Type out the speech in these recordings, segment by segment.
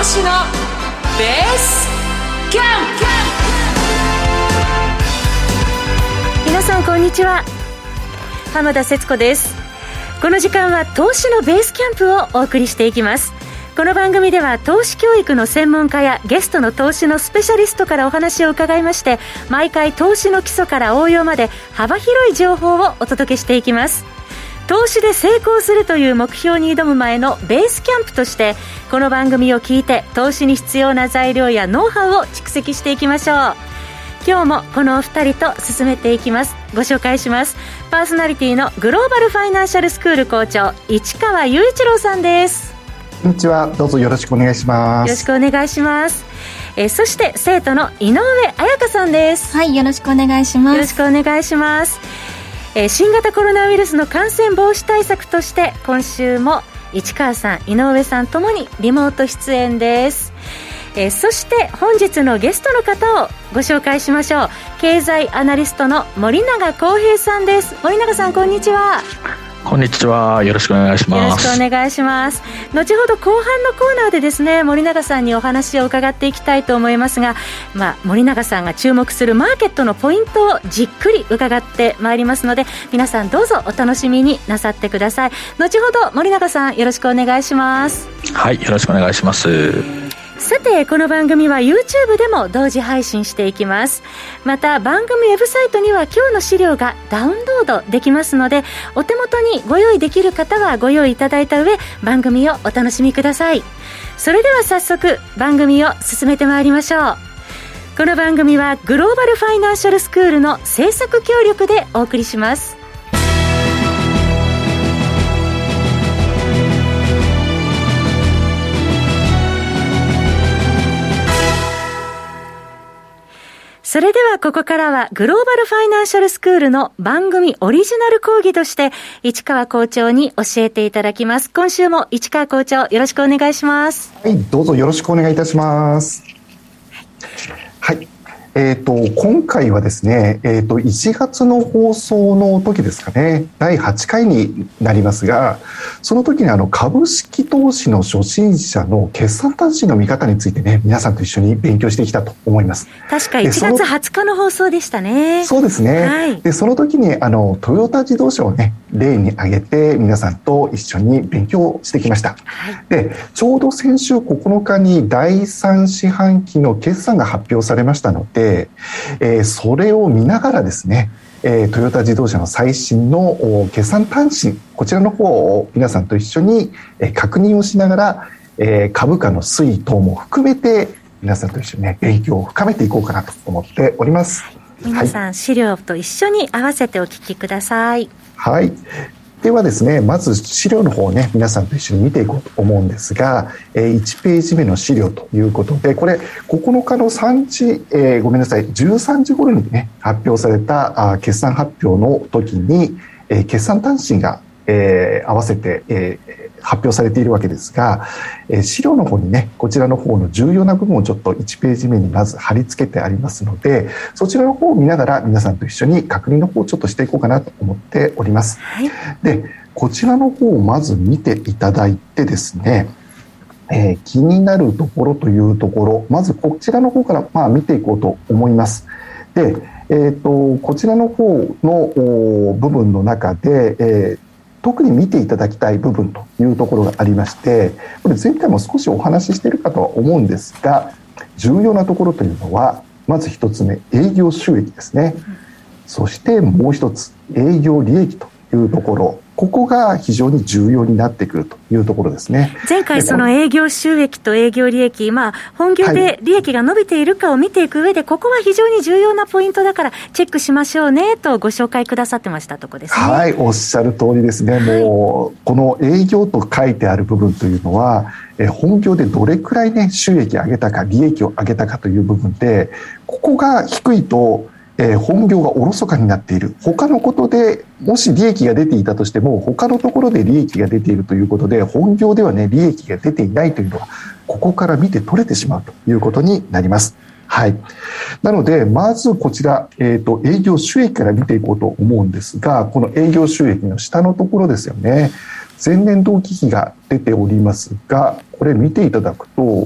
投資のベースキャンプ。 皆さんこんにちは、浜田節子です。この時間は投資のベースキャンプをお送りしていきます。この番組では投資教育の専門家やゲストの投資のスペシャリストからお話を伺いまして、毎回投資の基礎から応用まで幅広い情報をお届けしていきます。投資で成功するという目標に挑む前のベースキャンプとして、この番組を聞いて投資に必要な材料やノウハウを蓄積していきましょう。今日もこのお二人と進めていきます。ご紹介します。パーソナリティのグローバルファイナンシャルスクール校長、市川雄一郎さんです。 こんにちは、どうぞよろしくお願いします。 よろしくお願いします。そして生徒の井上彩香さんです。 はい、よろしくお願いします。 よろしくお願いします。新型コロナウイルスの感染防止対策として、今週も市川さん、井上さんともにリモート出演です。そして本日のゲストの方をご紹介しましょう。経済アナリストの森永康平さんです。森永さん、こんにちは。 こんにちは、よろしくお願いします。 よろしくお願いします。後ほど後半のコーナーでですね、森永さんにお話を伺っていきたいと思いますが、森永さんが注目するマーケットのポイントをじっくり伺ってまいりますので、皆さんどうぞお楽しみになさってください。後ほど森永さん、よろしくお願いします。 はい、よろしくお願いします。 さて、この番組は YouTube でも同時配信していきます。また番組ウェブサイトには今日の資料がダウンロードできますので、お手元にご用意できる方はご用意いただいた上、番組をお楽しみください。それでは早速番組を進めてまいりましょう。この番組はグローバルファイナンシャルスクールの制作協力でお送りします。それではここからはグローバルファイナンシャルスクールの番組オリジナル講義として市川校長に教えていただきます。今週も市川校長、よろしくお願いします。 はい、どうぞよろしくお願いいたします。はい、今回はですね、1月の放送の時ですかね、第8回になりますが、その時に株式投資の初心者の決算短信の見方についてね、皆さんと一緒に勉強してきたと思います。 確か1月20日の放送でしたね。 そうですね、はい、でその時にトヨタ自動車をね例に挙げて皆さんと一緒に勉強してきました、はい、でちょうど先週9日に第3四半期の決算が発表されましたので、それを見ながらですね、トヨタ自動車の最新の決算短信、こちらの方を皆さんと一緒に確認をしながら、株価の推移等も含めて皆さんと一緒にね勉強を深めていこうかなと思っております。 皆さん、資料と一緒に合わせてお聞きください。 はい、ではですね、まず資料の方をね皆さんと一緒に見ていこうと思うんですが、1ページ目の資料ということで、これ9日の13時頃にね発表された決算発表の時に、決算短信が、合わせて、発表されているわけですが、資料の方にねこちらの方の重要な部分をちょっと1ページ目にまず貼り付けてありますので、そちらの方を見ながら皆さんと一緒に確認の方をちょっとしていこうかなと思っております、はい、でこちらの方をまず見ていただいてですね、気になるところというところ、まずこちらの方から見ていこうと思います。で、こちらの方の部分の中で、特に見ていただきたい部分というところがありまして、これ前回も少しお話ししているかとは思うんですが、重要なところというのはまず一つ目、営業収益ですね、そしてもう一つ営業利益というところ、ここが非常に重要になってくるというところですね。 前回その営業収益と営業利益、本業で利益が伸びているかを見ていく上で、ここは非常に重要なポイントだからチェックしましょうねとご紹介くださってましたところですね。 はい、おっしゃる通りですね。もうこの営業と書いてある部分というのは、本業でどれくらいね収益を上げたか利益を上げたかという部分で、ここが低いと本業がおろそかになっている、他のことでもし利益が出ていたとしても他のところで利益が出ているということで、本業ではね利益が出ていないというのはここから見て取れてしまうということになります。はい、なのでまずこちら、営業収益から見ていこうと思うんですが、この営業収益の下のところですよね、前年同期比が出ておりますが、 これ見ていただくと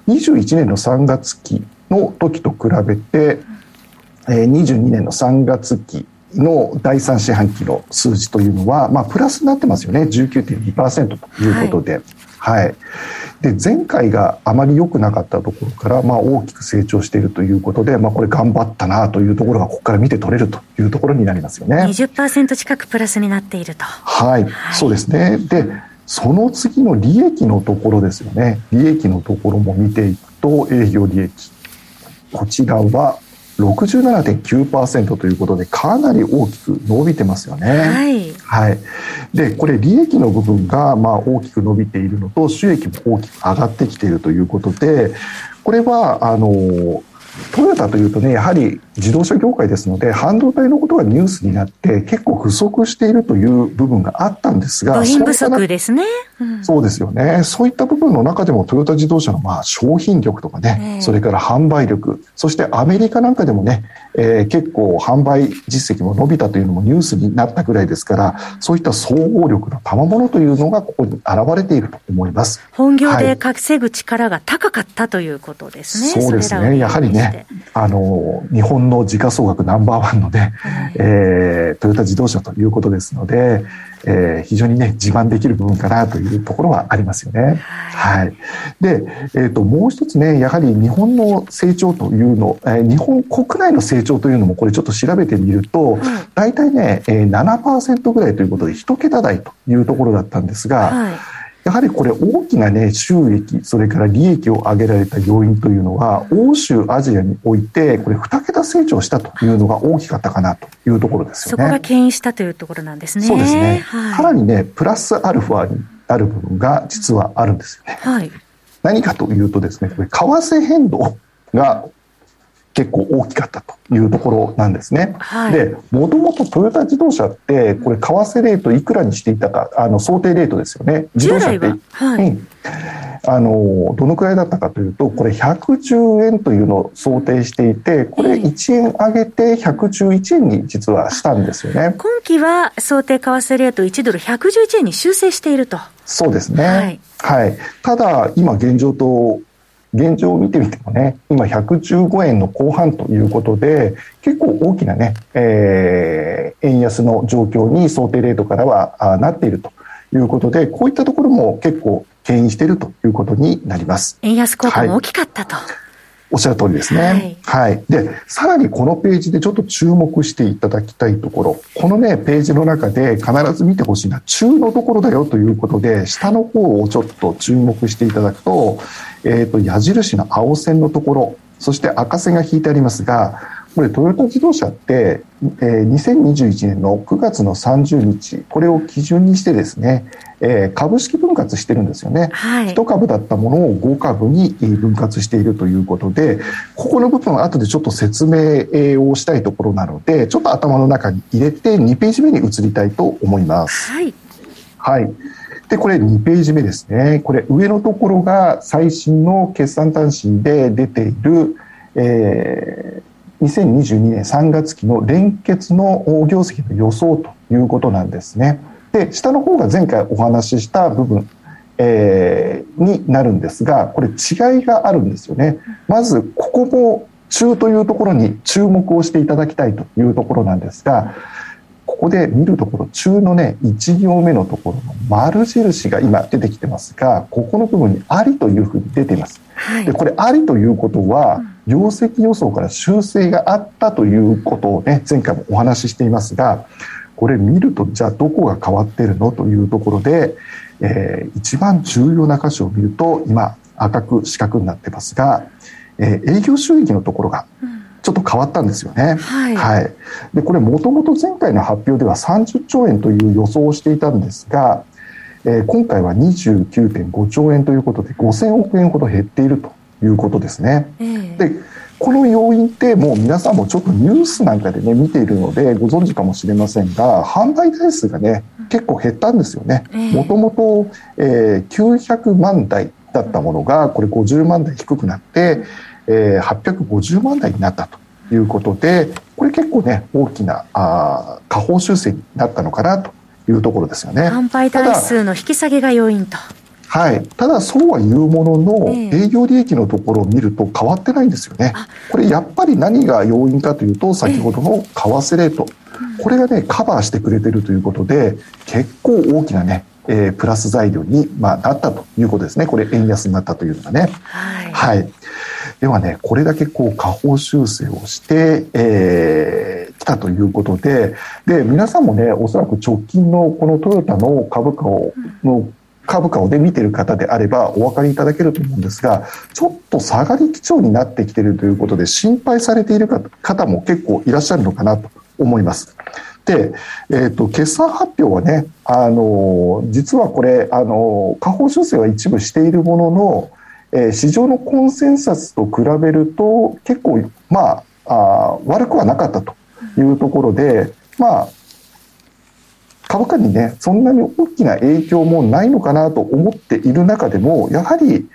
21年の3月期の時と比べて、22年の3月期の第3四半期の数字というのは、プラスになってますよね。 19.2% ということで、はい、で前回があまり良くなかったところから、大きく成長しているということで、これ頑張ったなというところがここから見て取れるというところになりますよね。 20% 近くプラスになっていると。 はい、そうですね。でその次の利益のところですよね。利益のところも見ていくと、営業利益、こちらは67.9% ということでかなり大きく伸びてますよね。 はい、はい、 でこれ利益の部分が大きく伸びているのと収益も大きく上がってきているということで、これはトヨタというとね、やはり自動車業界ですので半導体のことがニュースになって結構不足しているという部分があったんですが、 部品不足ですね、 そうですよね。そういった部分の中でもトヨタ自動車の商品力とかね、それから販売力、そしてアメリカなんかでもね、結構販売実績も伸びたというのもニュースになったぐらいですから、そういった総合力の賜物というのがここに現れていると思います。 本業で稼ぐ力が高かったということですね。 そうですね。やはりね、日本の時価総額ナンバーワンのね、トヨタ自動車ということですので、非常にね自慢できる部分かなというところはありますよね。はい。で、もう一つね、やはり日本の成長というの、日本国内の成長というのもこれちょっと調べてみると、大体ね、7% ぐらいということで1桁台というところだったんですが、やはりこれ大きなね収益、それから利益を上げられた要因というのは欧州アジアにおいてこれ2桁成長したというのが大きかったかなというところですよね。 そこが牽引したというところなんですね。 そうですね。さらにねプラスアルファにある部分が実はあるんですよね。はい、何かというとですね、これ為替変動が結構大きかったというところなんですね。はい、で、もともとトヨタ自動車ってこれ為替レートいくらにしていたか、想定レートですよね。自動車って、どのくらいだったかというと、これ110円というのを想定していて、これ1円上げて111円に実はしたんですよね。 今期は想定為替レート1ドル111円に修正していると。 そうですね。はい。はい、ただ今現状を見てみてもね、今115円の後半ということで結構大きなね、円安の状況に想定レートからはなっているということで、こういったところも結構牽引しているということになります。 円安効果も大きかったと、 おっしゃる通りですね。はい。で、さらにこのページでちょっと注目していただきたいところ、このね、ページの中で必ず見てほしいのは中のところだよということで、下の方をちょっと注目していただくと、矢印の青線のところ、そして赤線が引いてありますが、これトヨタ自動車って、2021年の9月の30日、これを基準にしてですね、株式分割してるんですよね。はい、1株だったものを5株に分割しているということで、ここの部分は後でちょっと説明をしたいところなので、ちょっと頭の中に入れて2ページ目に移りたいと思います。はい。はい。で、これ2ページ目ですね。これ上のところが最新の決算短信で出ている、2022年3月期の連結の業績の予想ということなんですね。で、下の方が前回お話しした部分、になるんですが、これ違いがあるんですよね。まずここも中というところに注目をしていただきたいというところなんですが、ここで見るところ、中のね1行目のところの丸印が今出てきてますが、ここの部分にありというふうに出ています。はい、でこれありということは、業績予想から修正があったということをね、前回もお話ししていますが、これ見るとじゃあどこが変わってるのというところで、一番重要な箇所を見ると今赤く四角になってますが、営業収益のところがちょっと変わったんですよね。はい。はい、でこれもともと前回の発表では30兆円という予想をしていたんですが、今回は 29.5 兆円ということで5000億円ほど減っているということですね。でこの要因ってもう皆さんもちょっとニュースなんかでね見ているのでご存知かもしれませんが、販売台数がね結構減ったんですよね。もともと900万台だったものがこれ50万台低くなって850万台になったということで、これ結構ね大きな下方修正になったのかなというところですよね。 販売台数の引き下げが要因と。 はい、ただそうはいうものの、営業利益のところを見ると変わってないんですよね。これやっぱり何が要因かというと、先ほどの為替レート、これがねカバーしてくれてるということで、結構大きなね、プラス材料に、なったということですね。これ円安になったというのがね。はい。ではね、これだけこう下方修正をして、きたということで、皆さんもね、おそらく直近のこのトヨタの株価を見ている方であればお分かりいただけると思うんですが、ちょっと下がり基調になってきているということで心配されている方も結構いらっしゃるのかなと思います。で、決算発表はね、実はこれ下方修正は一部しているものの、市場のコンセンサスと比べると結構悪くはなかったというところで、株価にねそんなに大きな影響もないのかなと思っている中でも、やはり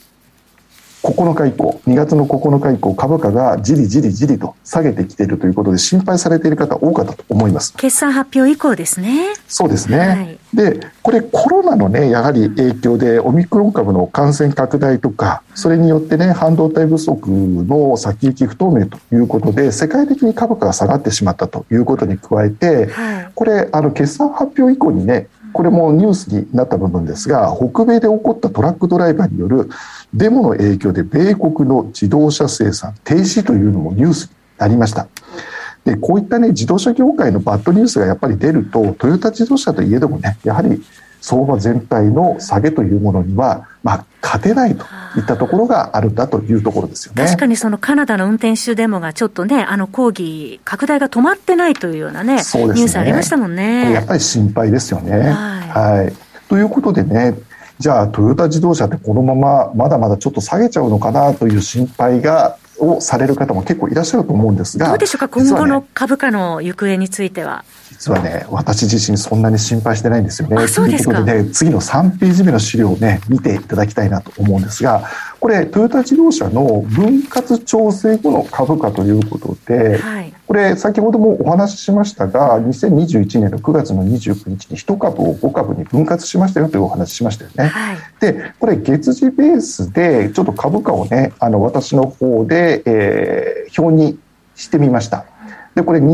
9日以降、2月の9日以降、株価がじりと下げてきているということで心配されている方多かったと思います。 決算発表以降ですね。 そうですね。で、これコロナのねやはり影響でオミクロン株の感染拡大とか、それによってね半導体不足の先行き不透明ということで世界的に株価が下がってしまったということに加えて、これ決算発表以降にね、これもニュースになった部分ですが、北米で起こったトラックドライバーによるデモの影響で米国の自動車生産停止というのもニュースになりました。で、こういったね自動車業界のバッドニュースがやっぱり出ると、トヨタ自動車といえどもね、やはり相場全体の下げというものには、勝てないといったところがあるんだというところですよね。 確かにそのカナダの運転手デモがちょっとね、抗議拡大が止まってないというようなね、ニュースありましたもんね。 これやっぱり心配ですよね。はい。ということでね、じゃあトヨタ自動車ってこのまままだまだちょっと下げちゃうのかなという心配をされる方も結構いらっしゃると思うんですが、 どうでしょうか、今後の株価の行方については。 実はね、私自身そんなに心配してないんですよね。 そうですか。 ということでね、次の3ページ目の資料をね見ていただきたいなと思うんですが、これトヨタ自動車の分割調整後の株価ということで、これ先ほどもお話ししましたが、2021年の9月の29日に1株を5株に分割しましたよというお話ししましたよね。で、これ月次ベースでちょっと株価をね私の方で、表にしてみました。で、これ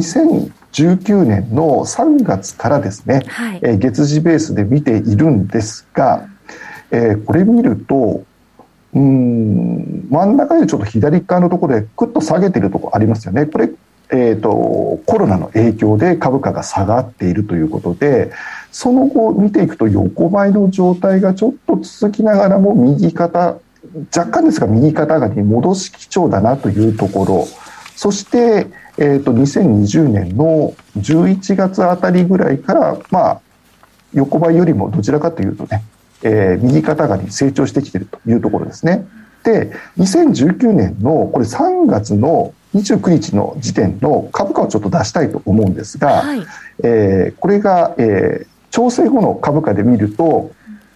2019年の3月からですね、月次ベースで見ているんですが、これ見ると真ん中よりちょっと左側のところでクッと下げているところありますよね。これ、コロナの影響で株価が下がっているということで、その後見ていくと横ばいの状態がちょっと続きながらも若干ですが右肩上がりに戻し基調だなというところ、そして2020年の11月あたりぐらいから横ばいよりもどちらかというとね、右肩上がりに成長してきているというところですね。で、2019年のこれ3月の29日の時点の株価をちょっと出したいと思うんですが、これが、調整後の株価で見ると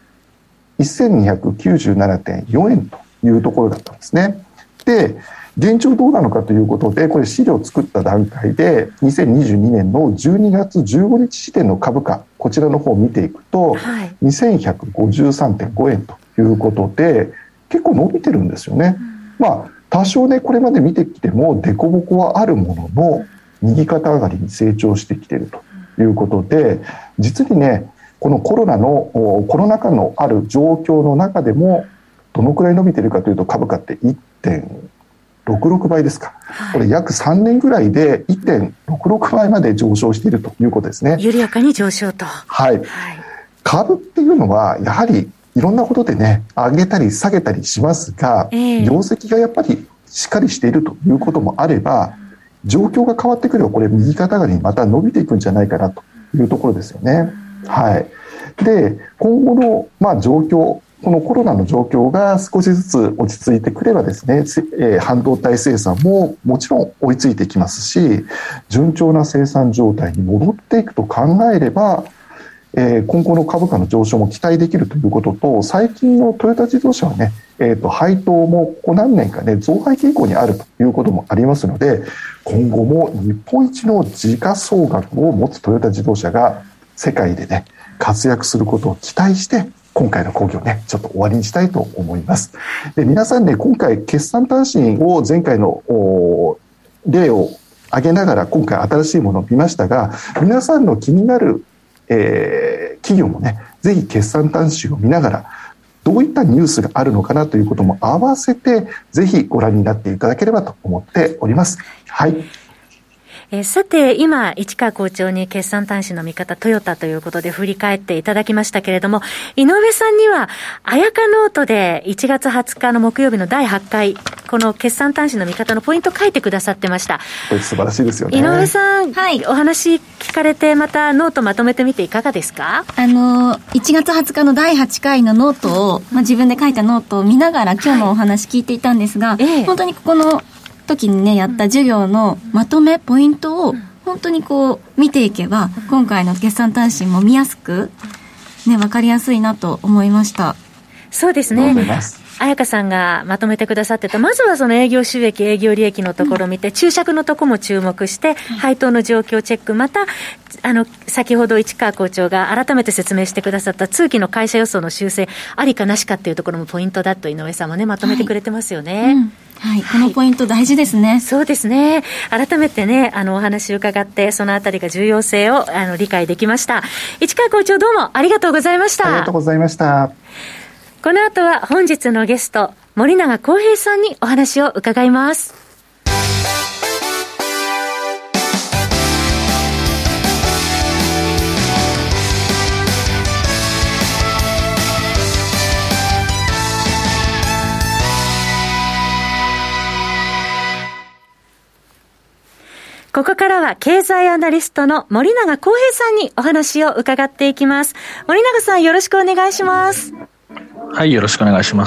1297.4 円というところだったんですね。で、現状どうなのかということで、これ資料を作った段階で2022年の12月15日時点の株価、こちらの方を見ていくと、2153.5 円ということで結構伸びてるんですよね。多少ねこれまで見てきても凸凹はあるものの右肩上がりに成長してきているということで、実にねこのコロナ禍のある状況の中でもどのくらい伸びているかというと、株価って 1.66 倍ですか。これ約3年ぐらいで 1.66 倍まで上昇しているということですね。 緩やかに上昇と。 株っていうのはやはりいろんなことでね上げたり下げたりしますが、業績がやっぱりしっかりしているということもあれば、状況が変わってくればこれ右肩上がりにまた伸びていくんじゃないかなというところですよね。で、今後の状況、このコロナの状況が少しずつ落ち着いてくればですね、半導体生産ももちろん追いついてきますし、順調な生産状態に戻っていくと考えれば、今後の株価の上昇も期待できるということと、最近のトヨタ自動車はね、配当もここ何年かね増配傾向にあるということもありますので、今後も日本一の時価総額を持つトヨタ自動車が世界でね活躍することを期待して今回の講義をね、ちょっと終わりにしたいと思います。で、皆さんね、今回決算単身を前回の例を挙げながら今回新しいものを見ましたが、皆さんの気になる、企業もね、ぜひ決算単身を見ながらどういったニュースがあるのかなということも合わせてぜひご覧になっていただければと思っております。はい。 さて今市川校長に決算単身の見方トヨタということで振り返っていただきましたけれども、井上さんにはあやかノートで1月20日の木曜日の第8回この決算単身の見方のポイント書いてくださってました。 これ素晴らしいですよね。 井上さん、はい、お話聞かれてまたノートまとめてみていかがですか ？1月20日の第8回のノートを、自分で書いたノートを見ながら今日のお話聞いていたんですが、本当にここの時にねやった授業のまとめポイントを本当にこう見ていけば今回の決算単身も見やすくね分かりやすいなと思いました。 そうですね。彩香さんがまとめてくださってたまずはその営業収益営業利益のところを見て、注釈のところも注目して配当の状況チェック、また先ほど市川校長が改めて説明してくださった通期の会社予想の修正ありかなしかっていうところもポイントだと井上さんもねまとめてくれてますよね。 はい、このポイント大事ですね。 そうですね。改めてねお話を伺ってそのあたりが重要性を理解できました。市川校長どうもありがとうございました。 ありがとうございました。 この後は本日のゲスト森永康平さんにお話を伺います。ここからは経済アナリストの森永康平さんにお話を伺っていきます。森永さんよろしくお願いします。 はい、よろしくお願いします。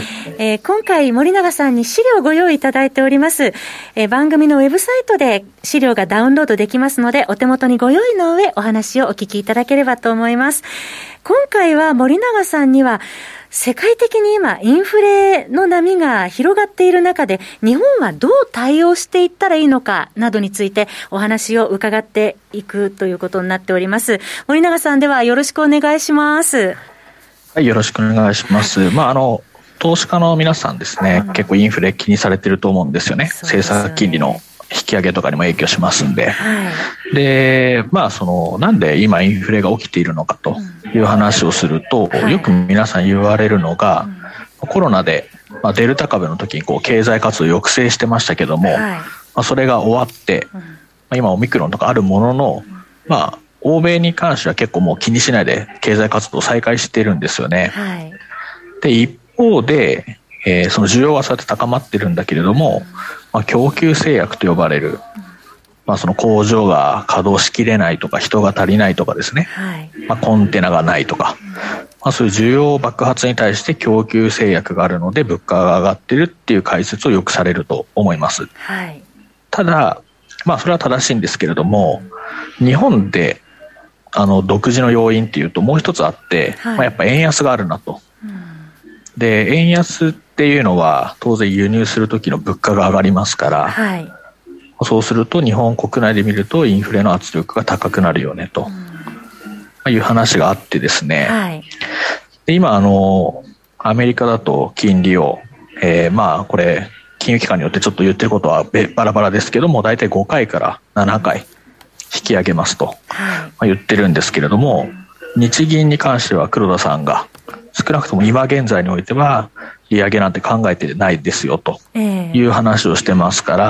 今回森永さんに資料をご用意いただいております。番組のウェブサイトで資料がダウンロードできますのでお手元にご用意の上お話をお聞きいただければと思います。今回は森永さんには世界的に今インフレの波が広がっている中で日本はどう対応していったらいいのかなどについてお話を伺っていくということになっております。森永さんではよろしくお願いします。 はい、よろしくお願いします。投資家の皆さんですね、結構インフレ気にされてると思うんですよね。政策金利の引き上げとかにも影響しますんで。で、なんで今インフレが起きているのかという話をすると、よく皆さん言われるのが、コロナで、デルタ株の時に経済活動を抑制してましたけども、それが終わって、今オミクロンとかあるものの、欧米に関しては結構もう気にしないで経済活動を再開しているんですよね。で、一方で、その需要はそうやって高まってるんだけれども、供給制約と呼ばれる、その工場が稼働しきれないとか人が足りないとかですね、コンテナがないとか、そういう需要爆発に対して供給制約があるので物価が上がってるっていう解説をよくされると思います。ただ、それは正しいんですけれども、日本で独自の要因っていうともう一つあって、やっぱ円安があるなと。で、円安っていうのは当然輸入する時の物価が上がりますから、そうすると日本国内で見るとインフレの圧力が高くなるよねと、いう話があってですね、で今アメリカだと金利を、これ金融機関によってちょっと言ってることはバラバラですけども、大体5回から7回引き上げますと、言ってるんですけれども、日銀に関しては黒田さんが少なくとも今現在においては利上げなんて考えてないですよという話をしてますから、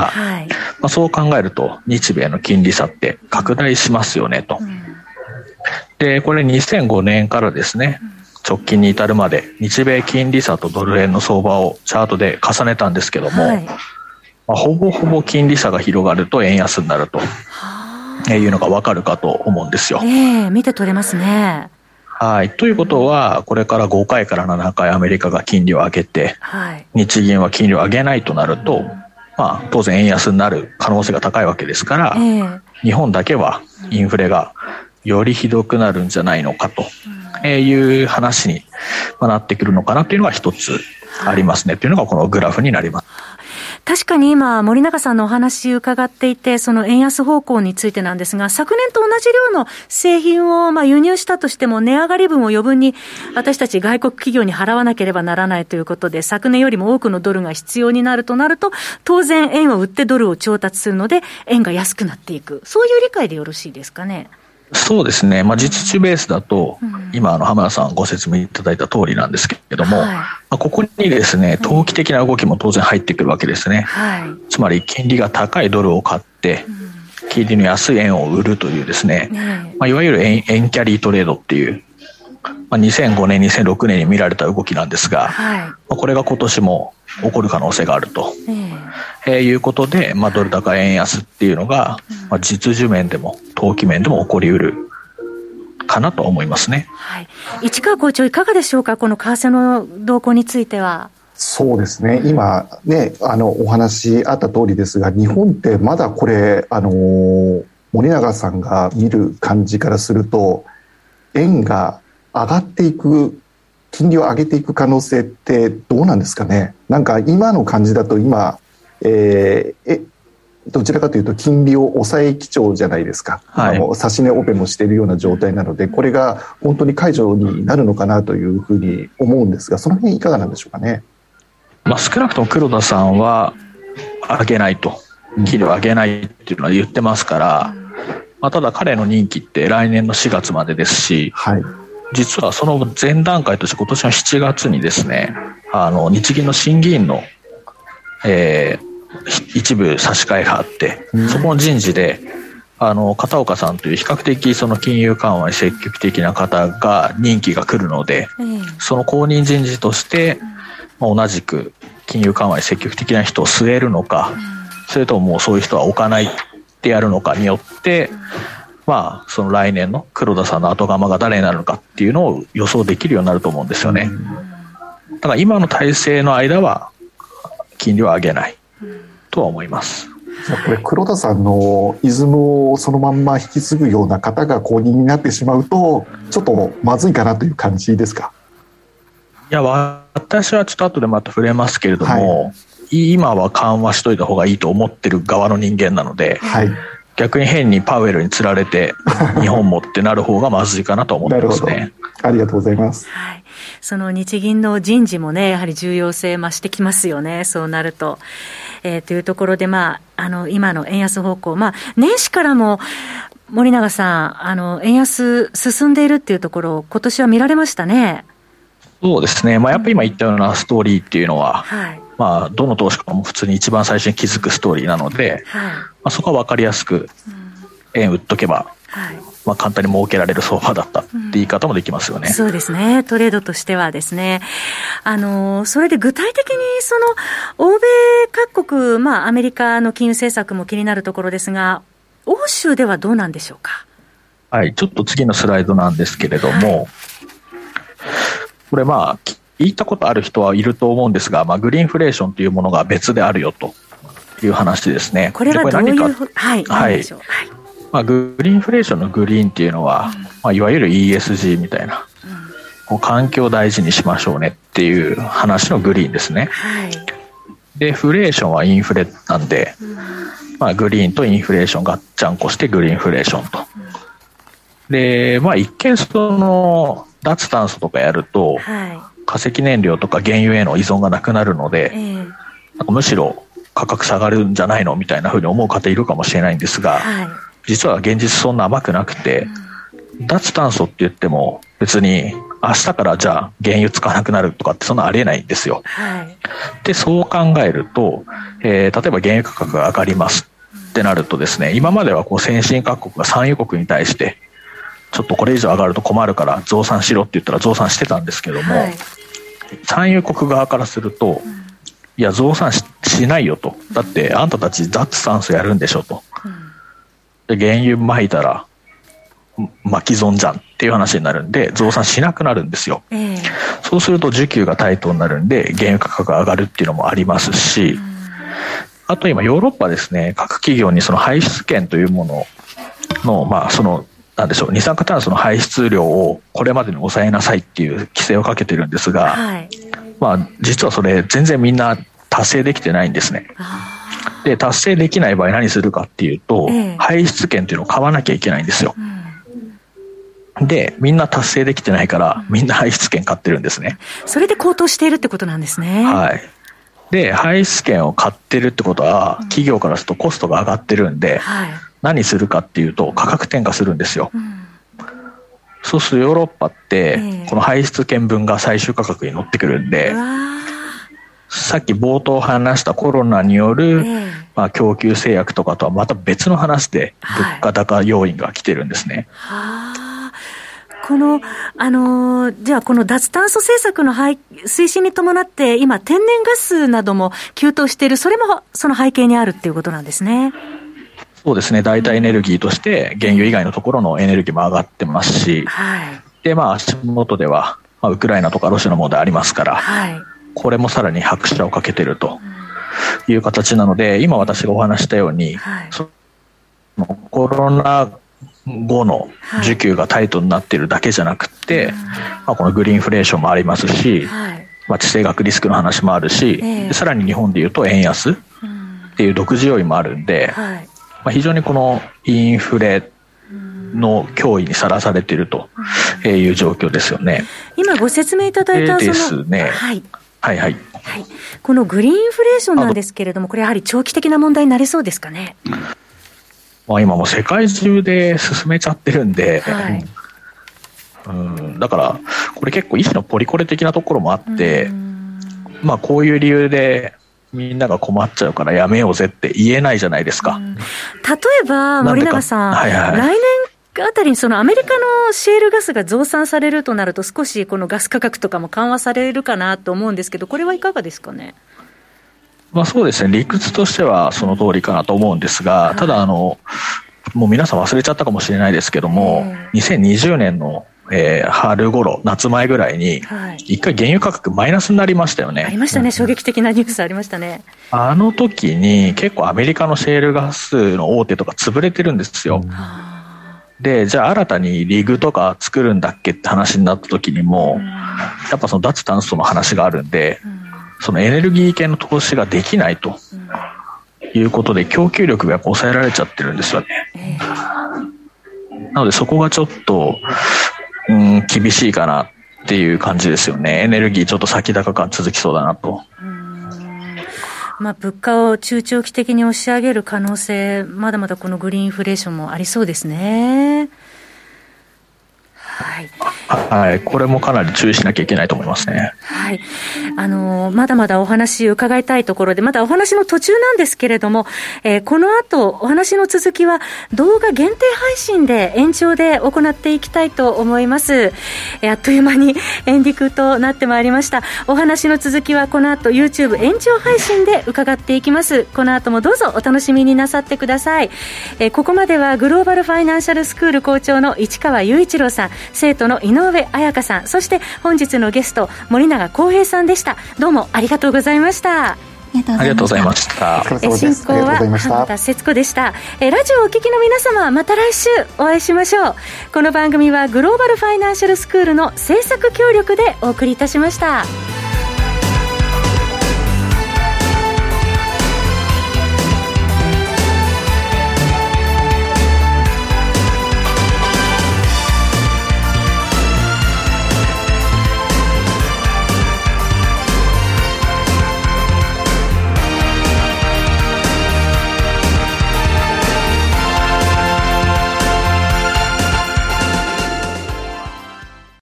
そう考えると日米の金利差って拡大しますよねと。で、これ2005年からですね、直近に至るまで日米金利差とドル円の相場をチャートで重ねたんですけども、ほぼほぼ金利差が広がると円安になるというのが分かるかと思うんですよ。 見て取れますね。 ということはこれから5回から7回アメリカが金利を上げて、日銀は金利を上げないとなると、当然円安になる可能性が高いわけですから、日本だけはインフレがよりひどくなるんじゃないのかという話になってくるのかなというのが一つありますねというのがこのグラフになります。 確かに今森永さんのお話伺っていて、その円安方向についてなんですが、昨年と同じ量の製品を輸入したとしても値上がり分を余分に私たち外国企業に払わなければならないということで、昨年よりも多くのドルが必要になると当然円を売ってドルを調達するので円が安くなっていく、そういう理解でよろしいですかね。 そうですね、実需ベースだと、今浜田さんご説明いただいた通りなんですけれども、ここにですね投機的な動きも当然入ってくるわけですね、つまり金利が高いドルを買って、金利の安い円を売るというですね、いわゆる円キャリートレードっていう、2005年2006年に見られた動きなんですが、これが今年も起こる可能性があると、いうことで、ドル高円安っていうのが、実需面でも投機面でも起こりうるかなと思いますね。 市川校長いかがでしょうか、この為替の動向については。 そうですね、今ねお話あった通りですが、日本ってまだこれ森永さんが見る感じからすると、円が上がっていく、金利を上げていく可能性ってどうなんですかね。なんか今の感じだと今、どちらかというと金利を抑え基調じゃないですか、指値オペもしているような状態なので、これが本当に解除になるのかなというふうに思うんですが、その辺いかがなんでしょうかね。 少なくとも黒田さんは上げないと、金利を上げないっていうのは言ってますから、ただ彼の任期って来年の4月までですし、実はその前段階として今年の7月にですね、日銀の審議員の、一部差し替えがあって、そこの人事で片岡さんという比較的その金融緩和に積極的な方が任期が来るので、その後任人事として同じく金融緩和に積極的な人を据えるのか、それとももうそういう人は置かないってやるのかによって、その来年の黒田さんの後釜が誰になるのかっていうのを予想できるようになると思うんですよね。だから今の体制の間は金利は上げないとは思います。 これ黒田さんのイズムをそのまんま引き継ぐような方が後任になってしまうと、ちょっとまずいかなという感じですか。 いや、私はちょっと後でまた触れますけれども、今は緩和しといた方がいいと思ってる側の人間なので、逆に変にパウエルにつられて日本もってなる方がまずいかなと思ってますね。 ありがとうございます。 その日銀の人事もね、やはり重要性増してきますよね、そうなると。というところで、今の円安方向、年始からも森永さん、円安進んでいるっていうところ、今年は見られましたね。 そうですね、やっぱり今言ったようなストーリーっていうのは、どの投資家も普通に一番最初に気づくストーリーなので、そこは分かりやすく円売っとけば、簡単に儲けられる相場だったって言い方もできますよね。 そうですね、トレードとしてはですね。それで具体的にその欧米各国、アメリカの金融政策も気になるところですが、欧州ではどうなんでしょうか。 ちょっと次のスライドなんですけれども、これ言ったことある人はいると思うんですが、グリーンフレーションというものが別であるよという話ですね。 これはどういう、何でしょう。 グリーンフレーションのグリーンっていうのは、いわゆる ESG みたいな、環境を大事にしましょうねっていう話のグリーンですね。で、フレーションはインフレなんで、グリーンとインフレーションがっちゃんこしてグリーンフレーションと。で、一見その脱炭素とかやると、化石燃料とか原油への依存がなくなるので、むしろ価格下がるんじゃないのみたいな風に思う方いるかもしれないんですが、実は現実そんな甘くなくて、脱炭素って言っても別に明日からじゃあ原油使わなくなるとかってそんなありえないんですよ。で、そう考えると、例えば原油価格が上がりますってなるとですね、今までは先進各国が産油国に対してちょっとこれ以上上がると困るから増産しろって言ったら増産してたんですけども、産油国側からすると、いや増産 しないよと、だってあんたたち脱炭素やるんでしょと、で原油撒いたら巻き損じゃんっていう話になるんで増産しなくなるんですよ。そうすると需給がタイトになるんで原油価格が上がるっていうのもありますし、あと今ヨーロッパですね、各企業にその排出権というもののそのなんでしょう、二酸化炭素の排出量をこれまでに抑えなさいっていう規制をかけてるんですが、実はそれ全然みんな達成できてないんですね。で、達成できない場合何するかっていうと、排出権っていうのを買わなきゃいけないんですよ。で、みんな達成できてないから、みんな排出権買ってるんですね。 それで高騰しているってことなんですね。 はい。で、排出権を買ってるってことは、企業からするとコストが上がってるんで、何するかっていうと価格転嫁するんですよ。そうするとヨーロッパって、この排出権分が最終価格に乗ってくるんで、さっき冒頭話したコロナによる、供給制約とかとはまた別の話で物価高要因が来てるんですね。 このじゃあこの脱炭素政策の推進に伴って今天然ガスなども急騰している、それもその背景にあるっていうことなんですね。 そうですね。代替エネルギーとして原油以外のところのエネルギーも上がってますし、で足元では、ウクライナとかロシアの問題ありますから、これもさらに拍車をかけているという形なので、今私がお話したように、そのコロナ後の需給がタイトになっているだけじゃなくて、このグリーンインフレーションもありますし、地政学リスクの話もあるし、さらに日本でいうと円安っていう独自要因もあるんで、非常にこのインフレの脅威にさらされているという状況ですよね。 今ご説明いただいたですね。 このグリーンインフレーションなんですけれども、これやはり長期的な問題になりそうですかね。 今もう世界中で進めちゃってるんで、だからこれ結構一種のポリコレ的なところもあって、こういう理由でみんなが困っちゃうからやめようぜって言えないじゃないですか。 例えば森永さん、来年あたりにそのアメリカのシェールガスが増産されるとなると、少しこのガス価格とかも緩和されるかなと思うんですけど、これはいかがですかね。 そうですね。理屈としてはその通りかなと思うんですが、ただもう皆さん忘れちゃったかもしれないですけども、2020年の春頃、夏前ぐらいに一回原油価格マイナスになりましたよね。 ありましたね。衝撃的なニュースありましたね。 あの時に結構アメリカのシェールガスの大手とか潰れてるんですよ。で、じゃあ新たにリグとか作るんだっけって話になった時にも、やっぱその脱炭素の話があるんで、そのエネルギー系の投資ができないということで供給力が抑えられちゃってるんですよね。なのでそこがちょっと厳しいかなっていう感じですよね。エネルギーちょっと先高感続きそうだなと。 物価を中長期的に押し上げる可能性、まだまだこのグリーンインフレーションもありそうですね。 これもかなり注意しなきゃいけないと思いますね。 まだまだお話伺いたいところで、まだお話の途中なんですけれども、この後お話の続きは動画限定配信で延長で行っていきたいと思います。あっという間にエンディングとなってまいりました。お話の続きはこの後 YouTube 延長配信で伺っていきます。この後もどうぞお楽しみになさってください。ここまではグローバルファイナンシャルスクール校長の市川雄一郎さん、生徒の井上彩香さん、そして本日のゲスト森永康平さんでした。どうもありがとうございました。 ありがとうございました。 進行は浜田節子でした。ラジオをお聞きの皆様、また来週お会いしましょう。この番組はグローバルファイナンシャルスクールの制作協力でお送りいたしました。